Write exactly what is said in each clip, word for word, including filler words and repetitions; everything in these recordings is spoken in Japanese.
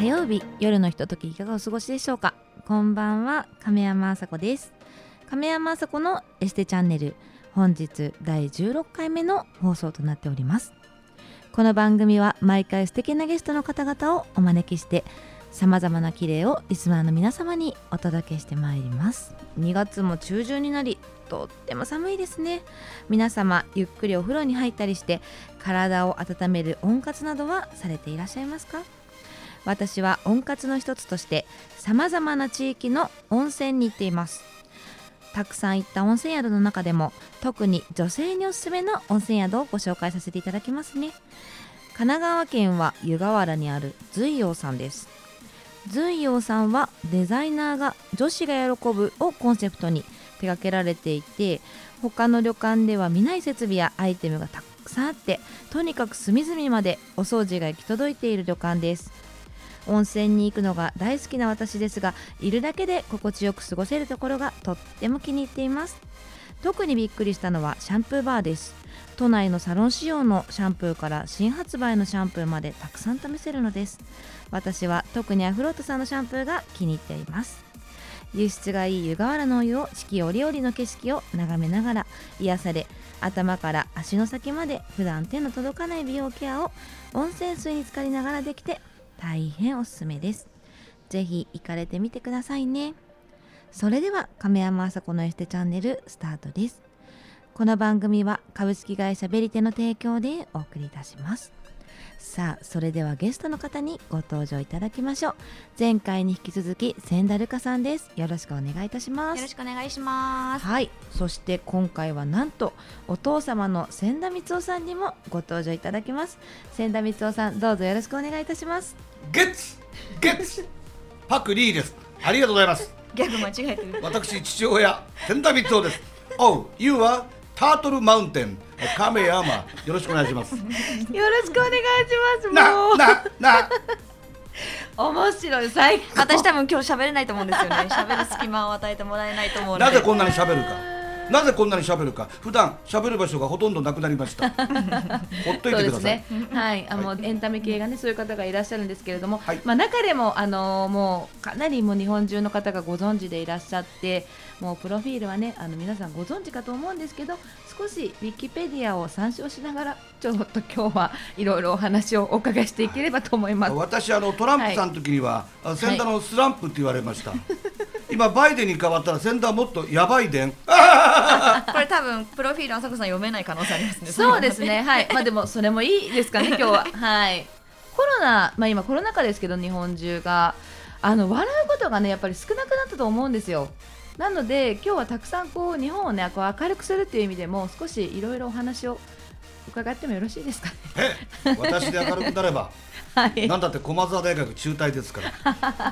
火曜日夜のひとときいかがお過ごしでしょうか。こんばんは、亀山あさこです。亀山あさこのエステチャンネル、本日だいじゅうろっかいめの放送となっております。この番組は毎回素敵なゲストの方々をお招きしてさまざまな綺麗をリスナーの皆様にお届けしてまいります。にがつも中旬になり、とっても寒いですね。皆様ゆっくりお風呂に入ったりして体を温める温活などはされていらっしゃいますか？私は温活の一つとしてさまざまな地域の温泉に行っています。たくさん行った温泉宿の中でも特に女性におすすめの温泉宿をご紹介させていただきますね。神奈川県は湯河原にある随陽さんです。随陽さんはデザイナーが女子が喜ぶをコンセプトに手掛けられていて、他の旅館では見ない設備やアイテムがたくさんあって、とにかく隅々までお掃除が行き届いている旅館です。温泉に行くのが大好きな私ですが、いるだけで心地よく過ごせるところがとっても気に入っています。特にびっくりしたのはシャンプーバーです。都内のサロン仕様のシャンプーから新発売のシャンプーまでたくさん試せるのです。私は特にアフロートさんのシャンプーが気に入っています。湯質がいい湯河原のお湯を四季折々の景色を眺めながら癒され、頭から足の先まで普段手の届かない美容ケアを温泉水に浸かりながらできて大変おすすめです。ぜひ行かれてみてくださいね。それでは亀山あさこのエステチャンネルスタートです。この番組は株式会社ベリテの提供でお送りいたします。さあ、それではゲストの方にご登場いただきましょう。前回に引き続き千田瑠香さんです。よろしくお願いいたします。 よろしくお願いします。 はい、そして今回はなんとお父様の千田光雄さんにもご登場いただきます。千田光雄さん、どうぞよろしくお願いいたします。 ゲッツゲッツパクリーです。ありがとうございます。 ギャグ間違えてる。 私父親千田光雄です。おう、You はタートルマウンテン亀山、よろしくお願いします。 よろしくお願いします。もなうなな面白い、最高。 私多分今日喋れないと思うんですよね。喋る隙間を与えてもらえないと思うので。 なぜこんなに喋るかなぜこんなに喋るか普段喋る場所がほとんどなくなりました。ほっといてください。 そうですね、はい、あの、はい、エンタメ系がね、そういう方がいらっしゃるんですけれども、 はい、 まあ、中でも、あのー、もうかなりもう日本中の方がご存知でいらっしゃって、もうプロフィールはね、あの皆さんご存知かと思うんですけど、少しウィキペディアを参照しながらちょっと今日はいろいろお話をお伺いしていければと思います。 私あのトランプさんの時には、はい、千田のスランプって言われました、はい、今バイデンに変わったら千田はもっとやばいでんこれ多分プロフィールあさこさん読めない可能性ありますね。 そうですね、はい、まあでもそれもいいですかね今日は。はい、コロナ、まあ、今コロナ禍ですけど日本中があの笑うことがねやっぱり少なくなったと思うんですよ。なので今日はたくさんこう日本をねこう明るくするっていう意味でも少しいろいろお話を伺ってもよろしいですかね。 え私で明るくなれば、 はい、 なんだって駒澤大学中退ですから。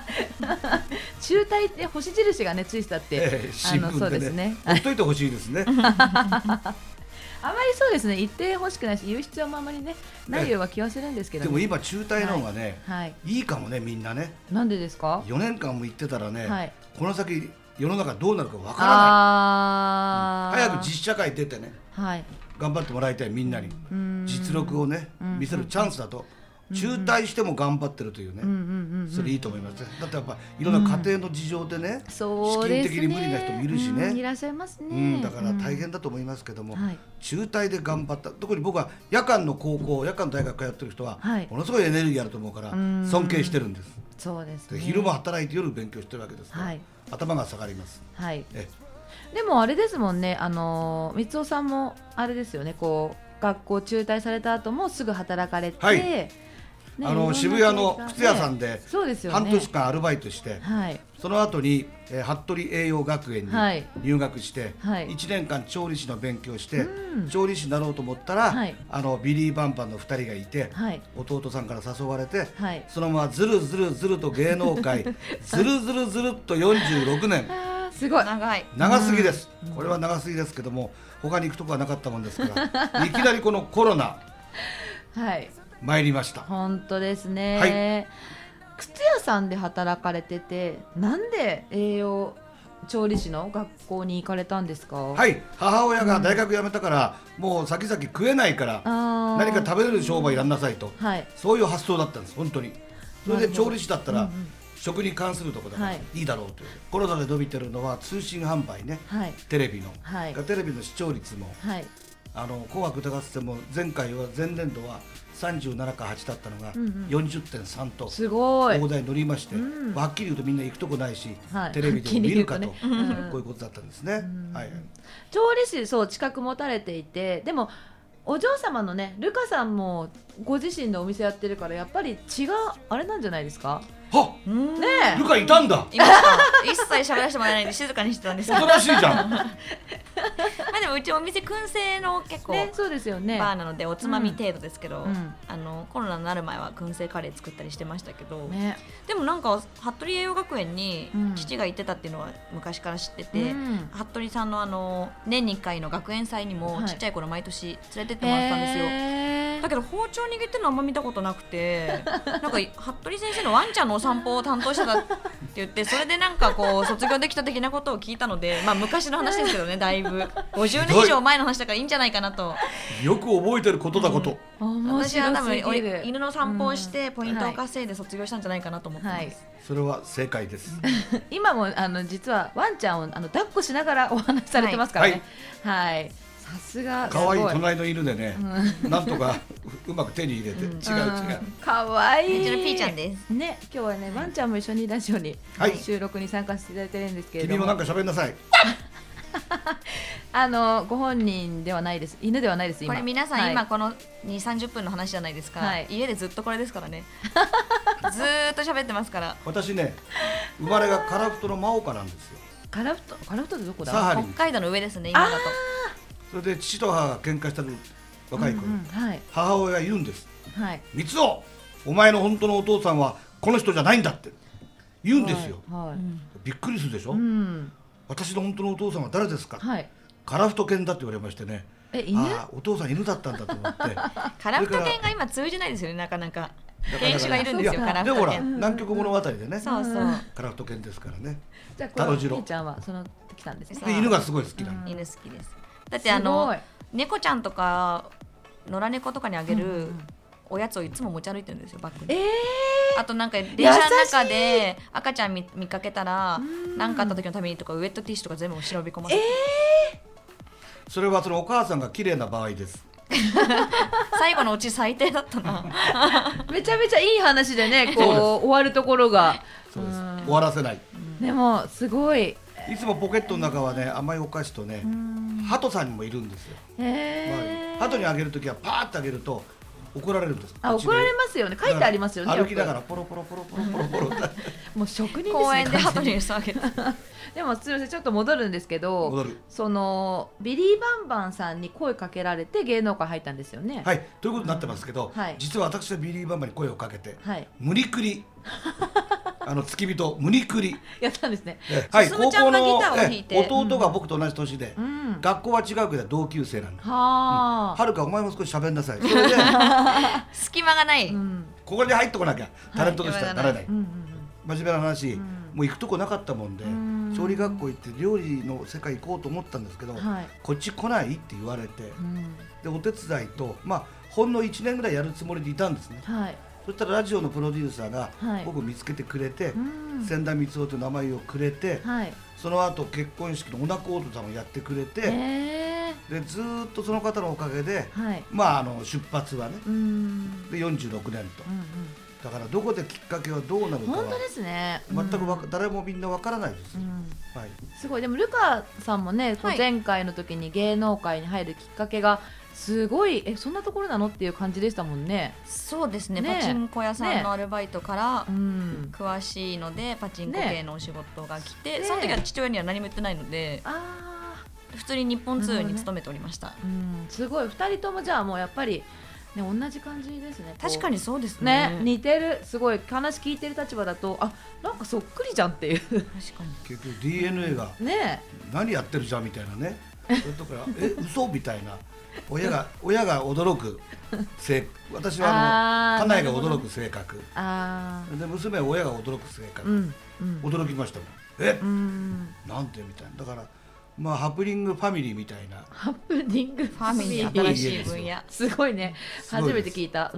中退って星印がねついてたって、 ええ、新聞でね、 あのそうですね、 ほっといてほしいですね。 あまりそうですね言ってほしくないし言う必要もあまりねないような気はするんですけど、ね、 でも今中退の方がね、 はいはい、 いいかもねみんなね。 なんでですか？ よねんかんも行ってたらね、はい、この先世の中どうなるかわからない。あ、うん、早く実社会出てね、はい、頑張ってもらいたい。みんなに実力をね見せるチャンスだと。中退しても頑張ってるというね、それいいと思いますね。だってやっぱいろんな家庭の事情でね、うん、資金的に無理な人もいるしね、 うん、いらっしゃいますね、 うん、だから大変だと思いますけども、うん、はい、中退で頑張った。特に僕は夜間の高校夜間の大学通ってる人は、はい、ものすごいエネルギーあると思うから尊敬してるんです。 そうですね、 で昼も働いて夜勉強してるわけですから、はい、頭が下がります、 はい、えでもあれですもんね、あの光雄さんもあれですよね、こう学校中退された後もすぐ働かれて、はい、ね、 あの渋谷の靴屋さんで半年間アルバイトして、はい、その後に、えー、服部栄養学園に入学して、はい、いちねんかん調理師の勉強して、うん、調理師になろうと思ったら、はい、あのビリー・バンバンのふたりがいて、はい、弟さんから誘われて、はい、そのままずるずるずると芸能界ずるずるずるっとよんじゅうろくねんすごい長い、 長すぎです、うん、これは長すぎですけども他に行くとこはなかったもんですからいきなりこのコロナ、はい、参りました。 本当ですね、はい、靴屋さんで働かれててなんで栄養調理師の学校に行かれたんですか？ はい、母親が大学辞めたから、うん、もう先々食えないから何か食べれる商売やんなさいと、はい、そういう発想だったんです。本当にそれで調理師だったら、うんうん、食に関するところだからいいだろうという、はい、コロナで伸びてるのは通信販売ね、はい、テレビの、はい、テレビの視聴率も、はい、あの紅白歌合戦も前回は前年度はさんじゅうななかはちだったのが よんじゅってんさん と大台に乗りまして、うん、はっきり言うとみんな行くとこないし、はい、テレビでも見るかと、ね、こういうことだったんですね、うんはい、 調理師そう資格持たれていて、でもお嬢様のねルカさんもご自身のお店やってるからやっぱり違うあれなんじゃないですか。 はっ、ね、ルカいたんだ。 いました一切喋らせてもらえないんで静かにしてたんですけど。 おとなしいじゃん。 まあでもうちお店燻製の結構、ね、そうですよね、バーなのでおつまみ程度ですけど、うん、あのコロナになる前は燻製カレー作ったりしてましたけど、ね、でもなんか服部栄養学園に父が行ってたっていうのは昔から知ってて、うん、服部さんのあの年にいっかいの学園祭にもちっちゃい頃毎年連れてってもらったんですよ、はい、だけど包丁握ってるのあんま見たことなくてなんか服部先生のワンちゃんのお散歩を担当してたって言ってそれでなんかこう卒業できた的なことを聞いたので、まあ昔の話ですけどね、だいぶごじゅうねん以上前の話だからいいんじゃないかなと。 よく覚えてることだこと、 うん、私は多分犬の散歩をしてポイントを稼いで卒業したんじゃないかなと思ってます、うんはい、 それは正解です今もあの実はワンちゃんをあの抱っこしながらお話しされてますからね、はい、はい、さすが可愛い隣の犬でね、うん、なんとかうまく手に入れて、うん、違う違う可愛い。 うちのピーちゃんですね。今日はねワンちゃんも一緒にラジオに、はい、収録に参加していただいてるんですけれども、 君もなんか喋んなさいあのご本人ではないです、犬ではないです。 今これ皆さん、はい、今このにじゅう、さんじゅっぷんの話じゃないですか、はい、家でずっとこれですからねずーっと喋ってますから。 私ね生まれが樺太の真岡なんですよ。 樺太樺太ってどこだ。 サハリン、 北海道の上ですね今だと。 それで父と母が喧嘩したる若い頃、うんうんはい、母親が言うんです、はい、三尾お前の本当のお父さんはこの人じゃないんだって言うんですよ、はいはい、びっくりするでしょ、うん、私の本当のお父さんは誰ですか、はい、樺太犬だって言われましてね。 え犬あお父さん犬だったんだと思って樺太犬が今通じないですよねなかなか。犬種がいるんですよ樺太犬。 でもほら南極物語でね、 そうそう樺太犬ですからね。 じゃあこのピーちゃんはその来たんですね。犬がすごい好きなの、 うん、犬好きです。だってあの猫ちゃんとか野良猫とかにあげるおやつをいつも持ち歩いてるんですよバッグに、えー、あとなんか電車の中で赤ちゃん 見, 見かけたら何かあった時のためにとかウェットティッシュとか全部調べ込ませて、えー、それはそのお母さんが綺麗な場合です最後のうち最低だったなめちゃめちゃいい話でねこう終わるところがそうです、終わらせない。 でもすごいいつもポケットの中はね甘いお菓子とね鳩さんにもいるんですよ。へー、鳩にあげるときはパーッとあげると怒られるんです。 あ怒られますよね。書いてありますよね。 歩きながらポロポロポロポロポロポロもう職人ですね。 公園で鳩に餌あげるでもすみませんちょっと戻るんですけど、そのビリー・バンバンさんに声かけられて芸能界入ったんですよね。 はいということになってますけど、うんはい、実は私はビリー・バンバンに声をかけて、はい、無理くりあの付き人無理くりやったんですね。 はい、高校の弟が僕と同じ年で、うん、学校は違うけど同級生なんで、は、うん、はるかお前も少し喋んなさい。それで隙間がない、うん、 ここに入ってこなきゃタレントとしてはならない、はい、真面目な話、うん、もう行くとこなかったもんで、うん、調理学校行って料理の世界行こうと思ったんですけど、はい、こっち来ないって言われて、うん、でお手伝いとまあほんのいちねんぐらいやるつもりでいたんですね、はい、そしたらラジオのプロデューサーが僕を見つけてくれて、はい、千田光雄という名前をくれて、はい、その後結婚式のお仲人さんをやってくれて、でずっとその方のおかげで、はい、まああの出発はねでよんじゅうろくねんと、うんうん、だからどこできっかけはどうなるかは本当ですね、 全くわ、うん、誰もみんなわからないです、うんはい、すごい。でもルカさんもね、はい、前回の時に芸能界に入るきっかけがすごいえそんなところなのっていう感じでしたもんね。 そうですね、ねパチンコ屋さんのアルバイトから、ねうん、詳しいのでパチンコ系のお仕事が来て、ね、その時は父親には何も言ってないので、あ普通に日本通に勤めておりました、ねうん、 すごいふたりともじゃあもうやっぱり、ね、同じ感じですね。 確かにそうですね、 ね似てる。すごい話聞いてる立場だとあなんかそっくりじゃんっていう確かに結局 ディーエヌエー が、ね、何やってるじゃんみたいなねそれとかえ嘘みたいな親が親が驚く性私はあの家内が驚く性格あで娘は親が驚く性格、うんうん、驚きましたもんえ、うん、なんてみたいな。だからまあハプニングファミリーみたいな。 ハプニングファミリー、 新しい分野。 すごいね。初めて聞いた。うん。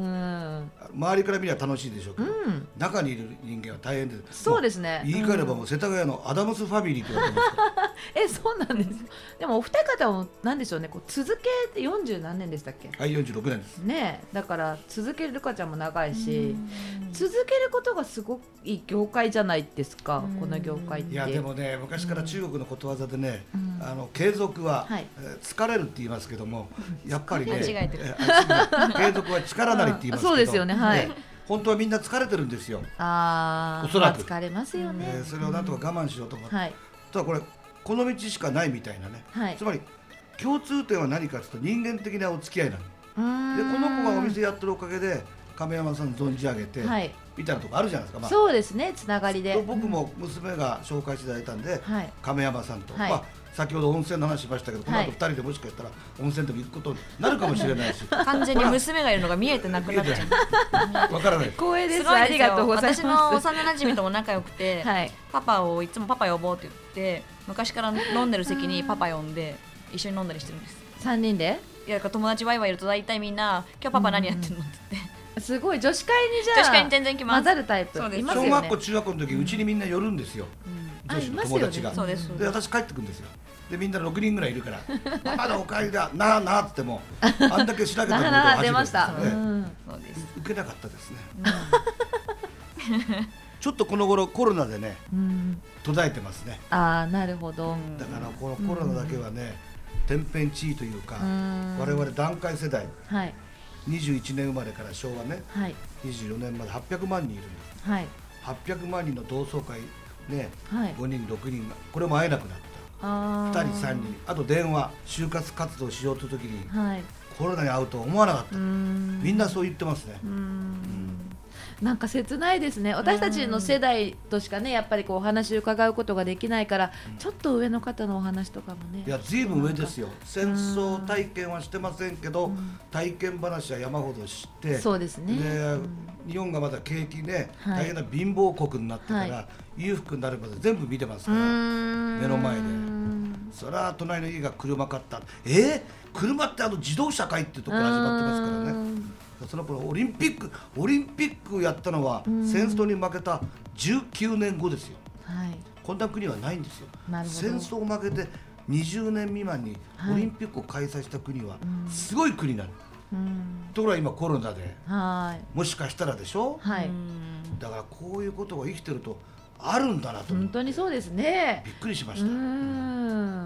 周りから見れば楽しいでしょうけど、うん、中にいる人間は大変です。 そうですね。 言い換えればもう世田谷のアダムスファミリーと言われてますから。 え、そうなんです。でもお二方もなんでしょうね。こう続けてよんじゅう何年でしたっけ？ はい、よんじゅうろくねんです。 ね、だから続けるかちゃんも長いし、続けることがすごくいい業界じゃないですか。この業界って。 いやでもね、昔から中国のことわざでね、うん、あの継続は、はい、えー、疲れるって言いますけども、やっぱりね、 間違えてる。 継続は力なりって言いますけど、 そうですよね。はい。 ね、本当はみんな疲れてるんですよ。 ああ、 おそらく、 まあ、疲れますよね。 えー、それをなんとか我慢しようと思って、うん、はい、ただこれこの道しかないみたいなね、はい、つまり共通点は何かというと人間的なお付き合いなので、この子がお店やってるおかげで亀山さん存じ上げて、はい、みたいなところあるじゃないですか、まあ、 そうですね、つながりで。 僕も娘が紹介していただいたんで、うん、亀山さんと、はい、まあ、先ほど温泉の話しましたけど、この後ふたりでもしかしたら温泉とか行くことになるかもしれないし完全に娘がいるのが見えてなくなっちゃう。 わからない。 光栄です。ありがとうございます。 私の幼馴染とも仲良くて、はい、パパをいつもパパ呼ぼうって言って昔から飲んでる席にパパ呼んで一緒に飲んだりしてるんです。 さんにんで？ いや、友達ワイワイいると大体みんな今日パパ何やってんのって言って、 すごい女子会にじゃあ女子会に全然来ます。 混ざるタイプ。 そうです。小学校中学校の時うちにみんな寄るんんですよ、うん、女子の友達が。 そうです。 で私帰ってくるんですよ。でみんなろくにんぐらいいるからパパのお帰りだなあなあってもあんだけしなかったことが初めてですね。 そうです。 受けなかったですね、うん、ちょっとこの頃コロナでね、うん、途絶えてますね。 ああ、なるほど。 だからこのコロナだけはね、うん、天変地異というか、うん、我々団塊世代、はい、にじゅういちねん生まれから昭和ね、はい、にじゅうよねんまではっぴゃくまんにんいるんです、はい、はっぴゃくまんにんの同窓会ね、はい、ごにんろくにんがこれも会えなくなった。ふたりさんにん、あと電話、就活活動しようという時に、はい、コロナに会うとは思わなかった。みんなそう言ってますね。うーん、うん、 なんか切ないですね。私たちの世代としかね、やっぱりこうお話を伺うことができないから、うん、ちょっと上の方のお話とかもね。 いや、ずいぶん上ですよ。戦争体験はしてませんけど、うん、体験話は山ほど知って、 そうですね。で、うん、 日本がまだ景気ね、はい、大変な貧乏国になってから、はい、裕福になるまで全部見てますから、目の前で。それは隣の家が車買った。えー、車ってあの自動車かいっていうところから始まってますからね。その頃オリンピックオリンピックやったのは戦争に負けたじゅうきゅうねんごですよ、はい、こんな国はないんですよ。戦争負けてにじゅうねん未満にオリンピックを開催した国はすごい国になる、はい、ところが今コロナで、はい、もしかしたらでしょ、はい、だからこういうことが生きてるとあるんだなと思って。 本当にそうですね。 びっくりしました。うん、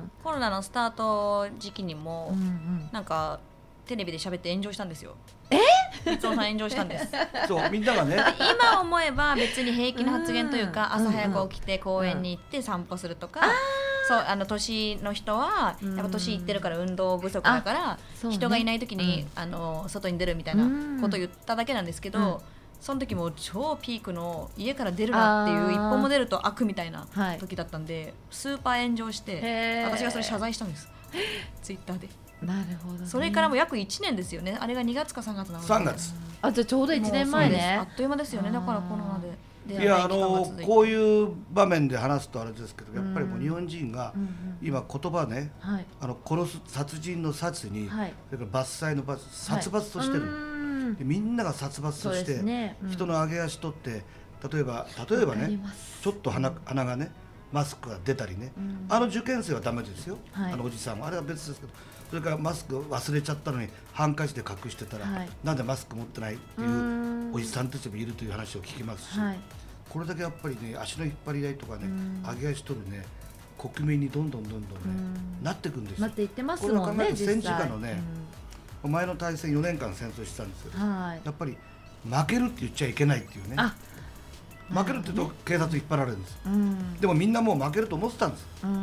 コロナのスタート時期にも、うんうん、なんかテレビで喋って炎上したんですよ。 え？ 三尾さん炎上したんです。 そうみんながね。 今思えば別に平気な発言というか、朝早く起きて公園に行って散歩するとか、うんうん、そうあの年の人はやっぱ年いってるから運動不足だから、ね、人がいない時に、うん、あの外に出るみたいなことを言っただけなんですけど。うん、その時も超ピークの家から出るなっていう一歩も出ると悪みたいな時だったんで、はい、スーパー炎上して私がそれ謝罪したんです。ツイッターで。 なるほど、ね、 それからも約いちねんですよね。あれがにがつかさんがつなので。 さんがつ。 あ、じゃあちょうどいちねんまえね。 あっという間ですよね。だからコロナで。 いや、あのこういう場面で話すとあれですけど、やっぱりもう日本人が今言葉ね、うんうん、あの殺す殺人の殺に、はい、それから伐採の伐、殺伐としてる、はい、でみんなが殺伐として、ね、うん、人の上げ足取って例えば例えばね、ちょっと 鼻, 鼻がねマスクが出たりね、うん、あの受験生はダメですよ、はい、あのおじさんはあれは別ですけど、それからマスク忘れちゃったのにハンカチで隠してたら、はい、なんでマスク持ってないっていうおじさんたちもいるという話を聞きますし、はい、これだけやっぱりね足の引っ張り合いとかね、上げ足取るね国民にどんどんどんどんねなっていくんですよ。 なっていってますもんね。 これを考えると戦時下のね、前の大戦よねんかん戦争してたんですけど、はい、やっぱり負けるって言っちゃいけないっていうね。負けるって言うと警察引っ張られるんです、うん、でもみんなもう負けると思ってたんです、うん、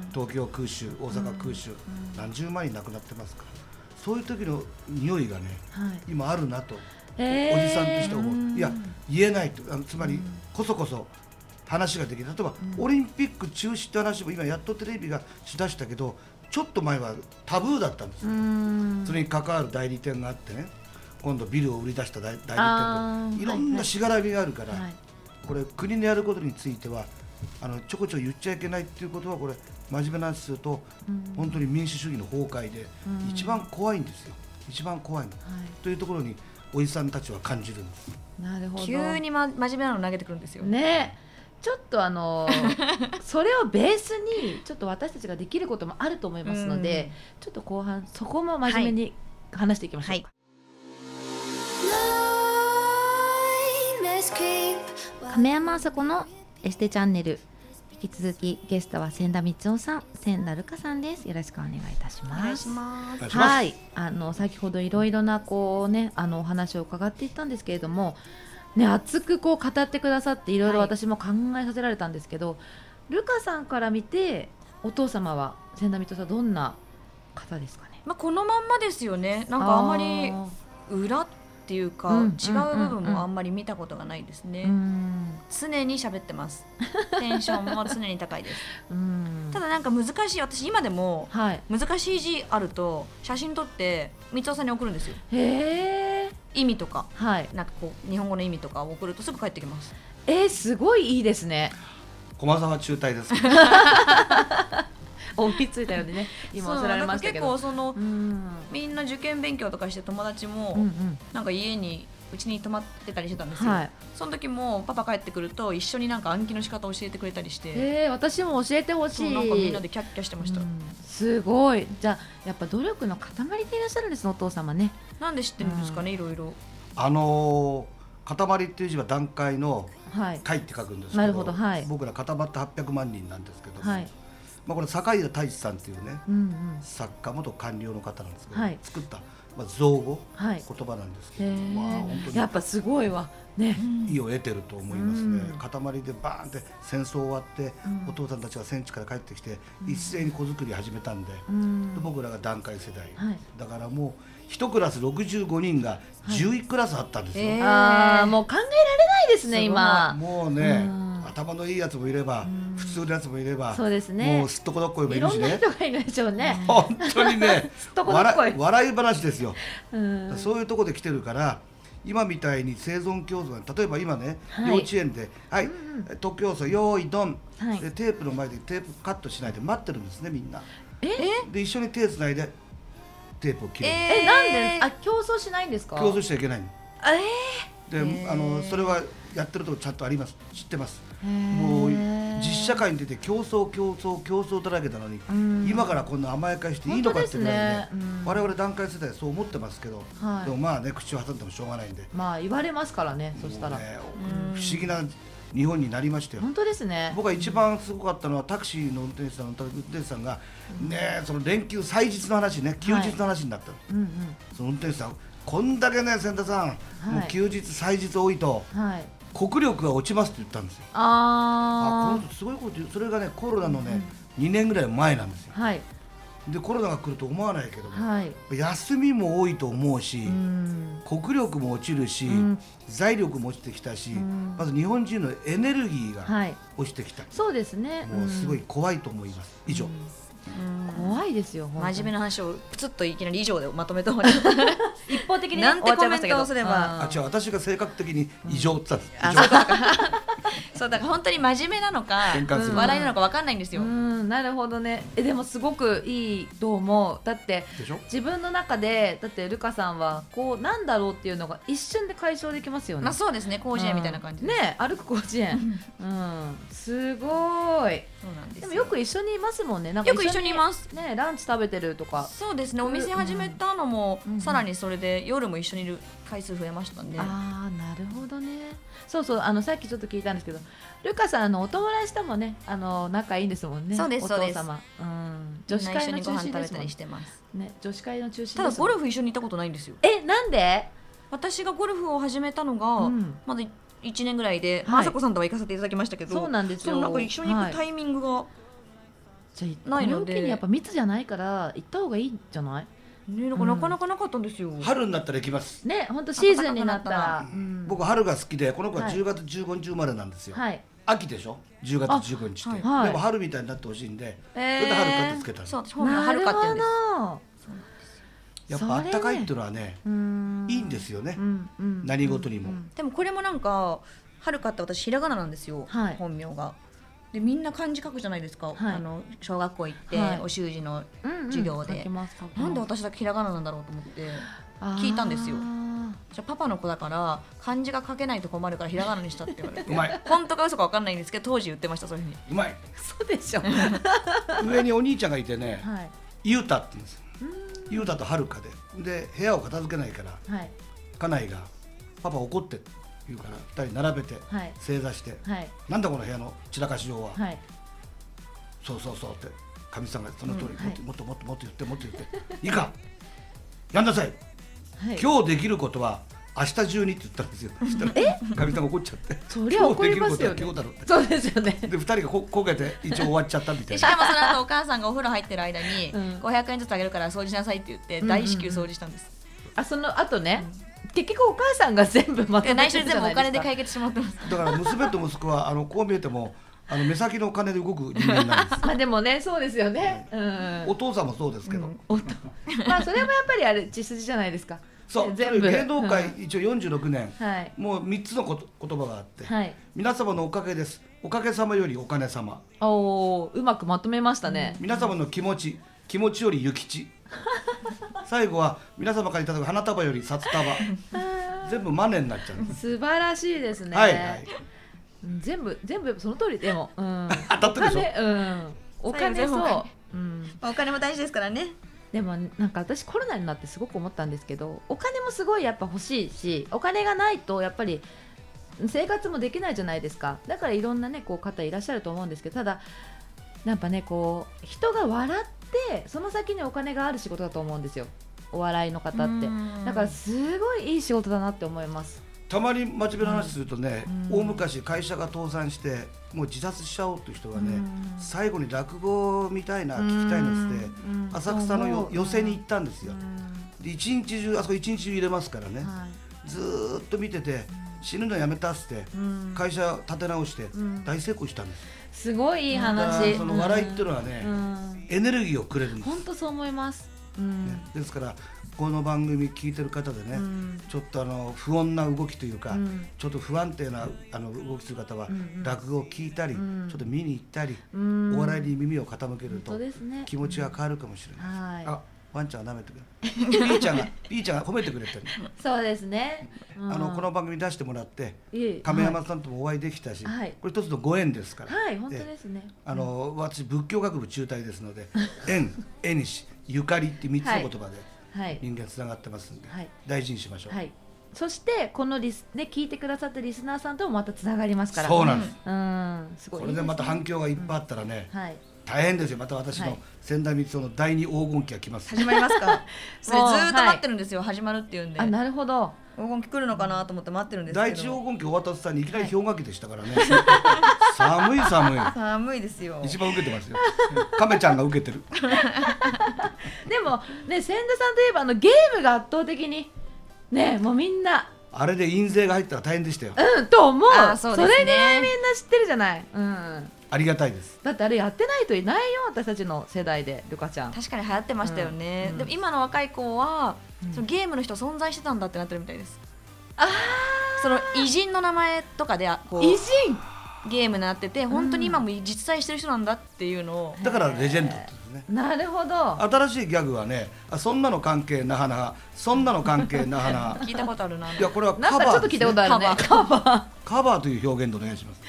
東京空襲、大阪空襲、うん、何十万人亡くなってますから、そういう時の匂いがね、はい、今あるなと、えー、おじさんとして思う、うん、いや言えないと、あのつまり、うん、こそこそ話ができる。例えば、うん、オリンピック中止って話も今やっとテレビがしだしたけど、ちょっと前はタブーだったんですよ、うん、それに関わる代理店があってね、今度ビルを売り出した代理店といろんなしがらみがあるから、はいはい、これ国のやることについてはあのちょこちょこ言っちゃいけないっていうことはこれ真面目な話すると、うん、本当に民主主義の崩壊で一番怖いんですよ、うん、一番怖いの、はい、というところにおじさんたちは感じるんです。 なるほど。急に、ま、真面目なの投げてくるんですよね。ちょっとあのそれをベースにちょっと私たちができることもあると思いますので、うん、ちょっと後半そこも真面目に話していきましょう、はいはい、亀山あさこのエステチャンネル、引き続きゲストは千田光雄さん、千田るかさんです。よろしくお願いいたします。お願いします。はい、あの先ほどいろいろなこうね、あのお話を伺っていったんですけれどもね、熱くこう語ってくださっていろいろ私も考えさせられたんですけど、はい、ルカさんから見てお父様は千田光雄さんどんな方ですかね。 まあ、このまんまですよね。なんかあんまり裏っていうか、うん、違う部分もあんまり見たことがないですね、うん、常に喋ってます。テンションも常に高いです。うんただなんか難しい、私今でも難しい字あると写真撮って光雄さんに送るんですよ。へー、意味とか、はい、なんかこう日本語の意味とかを送るとすぐ返ってきます。 えー、すごいいいですね。 駒沢中退です。 思いついたようにね、今おっしゃられましたけど、 結構その、うん、みんな受験勉強とかして友達も、うんうん、なんか家にうちに泊まってたりしてたんですよ、はい、その時もパパ帰ってくると一緒になんか暗記の仕方を教えてくれたりして、 えー、私も教えてほしい。 なんかみんなでキャッキャしてました、うん、 すごい。じゃあやっぱ努力の塊でいらっしゃるんですね、お父様ね。 なんで知ってるんですかね、うん、いろいろ。 あのー、塊っていう字は段階の階って書くんですけど、なるほど、はい、僕ら固まってはっぴゃくまんにんなんですけども、はい、まあ、これ坂井太一さんっていうね、うんうん、作家元官僚の方なんですけど、はい、作った、まあ、造語、はい、言葉なんですけど、まあ、本当にやっぱすごいわ、ね、 意を得てると思いますね、うん、塊でバーンって戦争終わって、うん、お父さんたちが戦地から帰ってきて、うん、一斉に子作り始めたんで、うん、で僕らが団塊世代、はい、だからもういちクラスろくじゅうごにんがじゅういちクラスあったんですよ、はい、えー、あもう考えられないですね今。 もうね、うん、頭のいいやつもいれば、うん、普通のやつもいれば、そうですね、もうすっとこどっこいもいるしね、 いろんな人がいるでしょうね。 本当にね笑, 笑い話ですよ、うん、そういうところで来てるから、今みたいに生存競争、例えば今ね、はい、幼稚園で、はい、うん、徒競走用意ドン、はい、でテープの前でテープカットしないで待ってるんですね、みんな。えで一緒に手つないでテープを切る。 えー、なんであ競争しないんですか。 競争しちゃいけないの。えー、であのそれはやってるとこちゃんとあります、知ってます。もう実社会に出て競争競争競争だらけなのに、今からこんな甘やかしていいのかっていうぐらいね、我々団塊世代はそう思ってますけど、はい、でもまあね、口を挟んでもしょうがないんで、 まあ言われますからね。そしたら、ね、 不思議な日本になりましたよ。 本当ですね。 僕が一番すごかったのはタクシーの運転手さんの運転手さんが、ね、その連休祭日の話ね、休日の話になった、はい、うんうん、その運転手さん、こんだけね、千田さん、はい、もう休日祭日多いと、はい、国力が落ちますって言ったんですよ。ああ、この人すごいこと言う。それがね、コロナのね、うん、にねんぐらい前なんですよ、はい、でコロナが来ると思わないけども、はい、休みも多いと思うし、うん、国力も落ちるし、うん、財力も落ちてきたし、うん、まず日本人のエネルギーが落ちてきた、はい、 そうですね、 もうすごい怖いと思います、以上、うんうん、怖いですよ。 真面目な話をプツッといきなり以上でまとめた方が一方的になんてコメントをすれば、 あ、違う、私が性格的に異常って言ったんです、うん、そうだから本当に真面目なのか、うん、笑いなのか分かんないんですよ。 うん、なるほどね。えでもすごくいいと思う。だって自分の中で、だってルカさんはこうなんだろうっていうのが一瞬で解消できますよね。 まあ、そうですね、広辞苑みたいな感じです、 うん、ね、歩く広辞苑、うん、すごい。そうなんですよ。でもよく一緒にいますもんね。なんかよく一緒にいますね、ランチ食べてるとか。 そうですね、お店始めたのも、うん、さらにそれで夜も一緒にいる回数増えましたね。 ああ、なるほどね。そうそう、あのさっきちょっと聞いたんですけど、ルカさん、あのお友達ともね、あの仲いいんですもんね。 そうです、 お父様、うん、女子会の中心ですもんね。女子会の中心です。 ただゴルフ一緒に行ったことないんですよ。 え、なんで？ 私がゴルフを始めたのが、うん、まだいちねんぐらいで、まさこさんとは行かせていただきましたけど、 そうなんですよ。 なんか一緒に行くタイミングが、はい、ないので、 この時にやっぱ密じゃないから行った方がいいんじゃない？ ね、なんかなかなかなかったんですよ、うん、 春になったら行きますね、本当シーズンになったら、うん、 僕春が好きで、この子はじゅうがつじゅうごにち生まれなんですよ、はい、秋でしょ、じゅうがつじゅうごにちって、はい、でも春みたいになってほしいんで、えー、それで春かってつけたんです。 そう、本名はるかって言うんです。 やっぱあったかいっていうのはね、いいんですよね、うんうん、何事にも、うんうん、 でもこれもなんかはるかって私ひらがななんですよ、はい、本名がでみんな漢字書くじゃないですか、はい、あの小学校行って、はい、お習字の授業で、うんうん、なんで私だけひらがななんだろうと思って聞いたんですよ。じゃあパパの子だから漢字が書けないと困るからひらがなにしたって言われてうまい本当か嘘か分かんないんですけど当時言ってました。そういうふうにうまいそうでしょ上にお兄ちゃんがいてね、はい、ゆうたって言うんですよ。ゆうたとはるかでで部屋を片付けないから、はい、家内がパパ怒ってって言うからふたり並べて、はい、正座して、はい、なんだこの部屋の散らかし状は、はい、そうそうそうってかみさんがその通り、うんはい、もっともっともっと言ってもっと言っていいかやんなさい、はい、今日できることは明日中にって言ったんですよ。そしたらかみさんが怒っちゃってそりゃ怒りますよね。 今日できることは今日だろうってそうですよね。 でふたりがここけて一応終わっちゃったみたいなしかもその後お母さんがお風呂入ってる間にごひゃくえんずつあげるから掃除しなさいって言って大至急掃除したんです、うんうんうん、 あその後ね、うん、結局お母さんが全部まとめてるじゃないですか。 内緒で全部お金で解決してもらってます。 だから娘と息子はあのこう見えてもあの目先のお金で動く人間なんです。 まあでもねそうですよね、うん、 お父さんもそうですけど、うん、 まあそれもやっぱりあれ血筋じゃないですか。 そう全部芸能界、うん、一応よんじゅうろくねん、はい、もうみっつのこと言葉があって、はい、皆様のおかげです、おかげ様よりお金様。 おーうまくまとめましたね、 うん、皆様の気持ち、気持ちより諭吉最後は皆様からいただく花束より札束全部マネになっちゃう。 素晴らしいですね、はいはい、全部全部その通りでも、うん、 当たってるでしょ、 うん、お金そう、 うん、お金も大事ですからね。 でもなんか私コロナになってすごく思ったんですけど、お金もすごいやっぱ欲しいし、お金がないとやっぱり生活もできないじゃないですか。だからいろんなねこう方いらっしゃると思うんですけど、ただやっぱねこう人が笑ってその先にお金がある仕事だと思うんですよ、お笑いの方って。だからすごいいい仕事だなって思います。 たまに真面目な話するとね、うん、大昔会社が倒産してもう自殺しちゃおうという人がね、うん、最後に落語みたいな聞きたいのって、うん、浅草のよ寄席に行ったんですよ、うん、で一日中あそこ一日中入れますからね、はい、ずーっと見てて死ぬのやめたっつって、うん、会社立て直して大成功したんです、 すごいいい話。 その笑いっていうのはね、うん、エネルギーをくれるんです。 本当そう思います、うんね、ですからこの番組聞いてる方でね、うん、ちょっとあの不穏な動きというか、うん、ちょっと不安定なあの動きする方は、うんうん、落語を聞いたり、うん、ちょっと見に行ったり、うん、お笑いに耳を傾けると、ね、気持ちが変わるかもしれない、うん、あワンちゃんが舐めてくれるピーちゃんがピーちゃんが褒めてくれてるそうですね、 うん、あのこの番組出してもらって亀山さんともお会いできたし、はい、これ一つのご縁ですから。 はい本当ですね。 あの、うん、私仏教学部中退ですので縁、縁し、ゆかりってみっつの言葉で、はいはい、人間つながってますんで、はい、大事にしましょう、はい、 そしてこのリス、ね、聞いてくださったリスナーさんともまたつながりますから。 そうなんです、 うん、すごいいいですね。 これでまた反響がいっぱいあったらね、うんはい、大変ですよ。また私の千田光雄の第二黄金期が来ます。 始まりますかそれずーっと待ってるんですよ、はい、始まるっていうんで。 あなるほど、 黄金期来るのかなと思って待ってるんですけど、 第一黄金期終わった途端にいきなり氷河期でしたからね、はい、寒い寒い寒いですよ。 一番受けてますよ亀ちゃんが受けてるでもね、千田さんといえばあのゲームが圧倒的にね、もうみんなあれで印税が入ったら大変でしたよ。 うんと思う。あ そ, う、ね、それぐらいみんな知ってるじゃない、うん、 ありがたいです。 だってあれやってないといないよ、私たちの世代で。ルカちゃん確かに流行ってましたよね、うん、でも今の若い子は、うん、そのゲームの人存在してたんだってなってるみたいです。あその偉人の名前とかでこう偉人ゲームになってて、本当に今も実在してる人なんだっていうのを、 だからレジェンドってですね。 なるほど。 新しいギャグはね、あそんなの関係なはな、そんなの関係なはな聞いたことあるな。 いやこれはカバーです、ね、 ちょっと聞いたことあるね。カバーカバーという表現でお願いします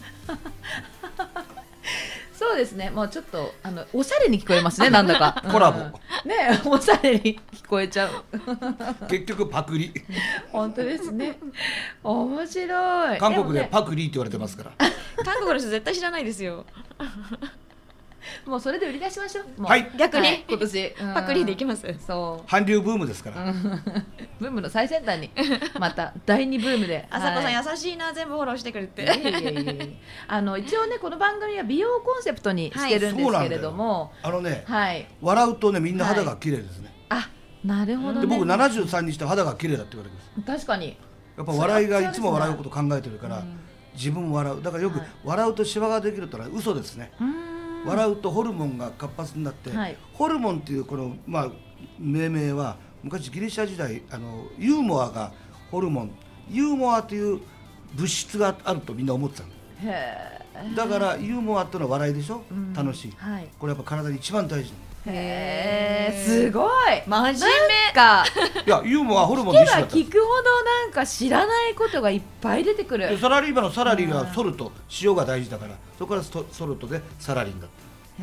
そうですね、もうちょっとあのおしゃれに聞こえますね、なんだかコラボ、うん、 ね、おしゃれに聞こえちゃう結局パクリ本当ですね、面白い。 韓国でパクリって言われてますから、 ね、韓国の人絶対知らないですよもうそれで売り出しましょう。もうはい逆に、 はい、今年パクリでいきます。 そう韓流ブームですからブームの最先端にまた第二ブームであさこさん、はい、優しいな、全部フォローしてくれて。いやいやいやあの一応ねこの番組は美容コンセプトにしてるんですけれども、 はい、あのね、はい、笑うとねみんな肌が綺麗ですね、 はい、あなるほどね。 で僕ななじゅうさんにして肌が綺麗だって言われます。 確かにやっぱ笑いがいつも笑うこと考えてるから、うん、自分も笑う。だからよく、はい、笑うとシワができるとは嘘ですね。笑うとホルモンが活発になって、はい、ホルモンっていうこの、まあ、命名は昔ギリシャ時代あのユーモアがホルモン、ユーモアという物質があるとみんな思ってたの。 へだからユーモアってのは笑いでしょ、うん、楽しい、はい、これやっぱ体に一番大事。 へえ、すごい真面目か。 いやユーモアホルモンの一種だった。 聞くほどなんか知らないことがいっぱい出てくる。 サラリーマンのサラリーがソルト、塩が大事だから、そこからソルトでサラリーだった。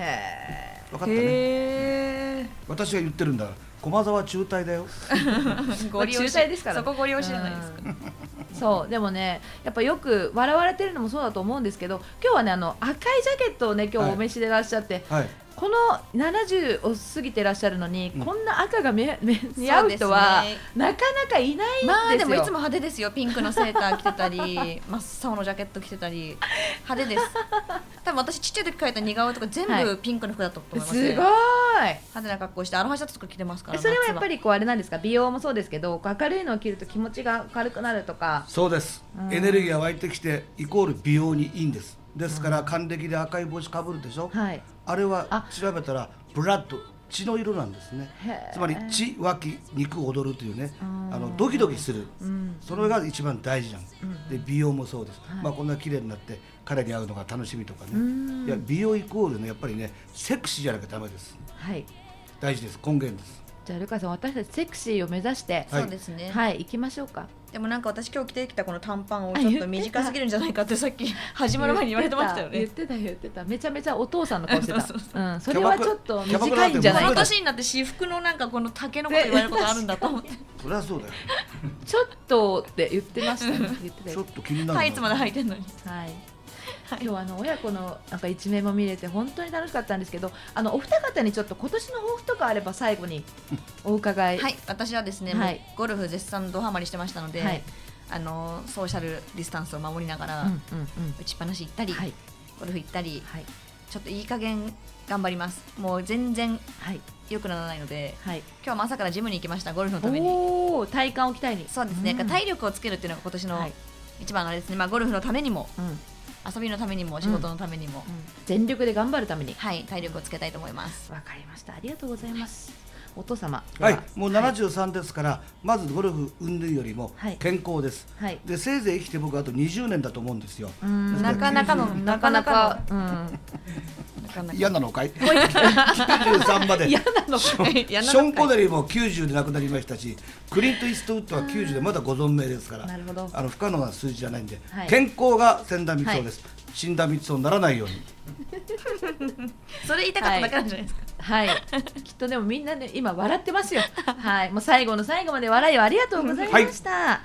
へえ、分かったね。私が言ってるんだから、駒沢中退だよ。 ご利用しですから、 そこご利用しじゃないですか。 そうでもね、やっぱよく笑われてるのもそうだと思うんですけど、今日はねあの赤いジャケットをね今日お召しでいらっしゃって、はいはい、このななじゅうを過ぎてらっしゃるのに、うん、こんな赤がめめ似合う人は、ね、なかなかいないんですよ。 まあでもいつも派手ですよ。ピンクのセーター着てたり真っ青のジャケット着てたり派手です。多分私ちっちゃい時描いた似顔絵とか全部ピンクの服だったと思います、ね、 はい、すごい派手な格好してアロハシャツとか着てますから。 それはやっぱりこうあれなんですか、美容もそうですけど明るいのを着ると気持ちが軽くなるとか。 そうです、うん、エネルギーが湧いてきてイコール美容にいいんです。ですから、うん、還暦で赤い帽子かぶるでしょ、はい、あれは調べたらブラッド、血の色なんですね。つまり血湧き肉踊るというね、あのドキドキする、うん、それが一番大事なんです、うん、で美容もそうです、はい、まあ、こんな綺麗になって彼に会うのが楽しみとかね、いや美容イコールねやっぱりねセクシーじゃなきゃダメです、はい、大事です、根源です。 じゃあルカさん、私たちセクシーを目指して、 はい、そうですね、 はい、行きましょうか。 でもなんか私今日着てきたこの短パンをちょっと短すぎるんじゃないかってさっき始まる前に言われてましたよね。 言ってた言ってた、めちゃめちゃお父さんの顔してた。そうそうそう、うん、それはちょっと短いんじゃないか。 この年になって私服のなんかこの丈のこと言われることあるんだと思って。 そりゃそうだよ。 ちょっとって言ってましたね。言ってたよ。 ちょっと気になる。 タイツまで履いてんのに。 はい。今日はあの親子のなんか一面も見れて本当に楽しかったんですけど、あのお二方にちょっと今年の抱負とかあれば最後にお伺い。 はい、私はですね、はい、ゴルフ絶賛ドハマりしてましたので、はい、あのソーシャルディスタンスを守りながら、うんうんうん、打ちっぱなし行ったり、はい、ゴルフ行ったり、はい、ちょっといい加減頑張ります。もう全然良くならないので、はい、今日も朝からジムに行きました。ゴルフのために。 おー、体幹を鍛えに。 そうですね、うん、体力をつけるっていうのが今年の一番のあれですね、まあ、ゴルフのためにも、うん、遊びのためにも仕事のためにも、うんうん、 全力で頑張るために、 はい、体力をつけたいと思います。 わかりました、ありがとうございます。お父様、 はい、もうななじゅうさんですから、はい、まずゴルフ云々よりも健康です、はい、でせいぜい生きて僕あとにじゅうねんだと思うんですよ。 なかなかのなかなかの嫌なのかい。きゅうじゅうさんまで嫌なのかい。 ショーン・コネリーもきゅうじゅうで亡くなりましたし、クリント・イーストウッドはきゅうじゅうでまだご存命ですから、なるほど、あの不可能な数字じゃないんで、はい、健康が千田光雄です、はい、死んだ光雄にならないように。 それ言いたかっただけなんじゃないですか。 はい、はい、きっとでもみんなね今笑ってますよ。はい、もう最後の最後まで笑いをありがとうございました。はい、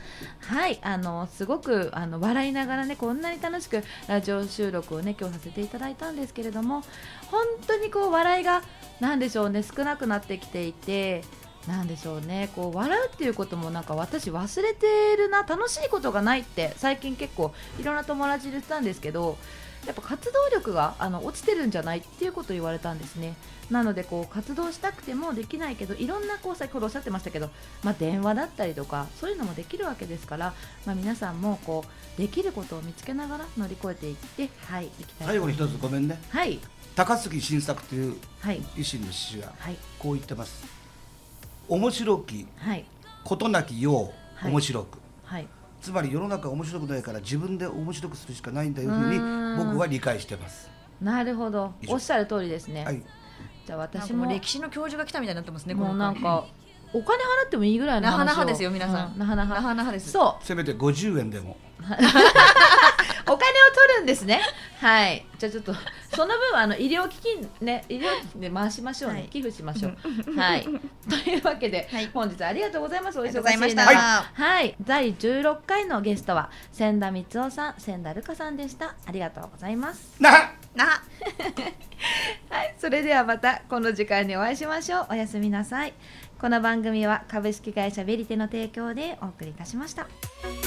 はい、あのすごくあの笑いながらねこんなに楽しくラジオ収録をね今日させていただいたんですけれども、本当にこう笑いがなんでしょうね少なくなってきていて。なんでしょうね、こう笑うっていうこともなんか私忘れてるな、楽しいことがないって最近結構いろんな友達に言ったんですけど、やっぱ活動力があの落ちてるんじゃないっていうことを言われたんですね。なのでこう活動したくてもできないけど、いろんなこう先ほどおっしゃってましたけど、まあ、電話だったりとかそういうのもできるわけですから、まあ、皆さんもこうできることを見つけながら乗り越えていって、はい、いきたいと思います。 最後に一つごめんね、 はい、 高杉晋作という維新の志士がこう言ってます、はい、面白き、はい、ことなきよう面白く、はいはい、つまり世の中面白くないから自分で面白くするしかないんだよというふうに僕は理解してます。 なるほど、おっしゃる通りですね、はい、じゃあ私も歴史の教授が来たみたいになってますね。 もうなんかお金払ってもいいぐらいの話を。 なはなはですよ皆さん、 なはなはなはなはです。 そうせめてごじゅうえんでもお金を取るんですね。はい、じゃあちょっとその分はあの医療基金ね、医療基金で回しましょうね、はい、寄付しましょう。はい、というわけで、はい、本日ありがとうございます。お忙しい中、はい、はい、だいじゅうろっかいのゲストは千田光雄さん、千田るかさんでした。ありがとうございます。 ななはい、 それではまたこの時間にお会いしましょう。おやすみなさい。この番組は株式会社ベリテの提供でお送りいたしました。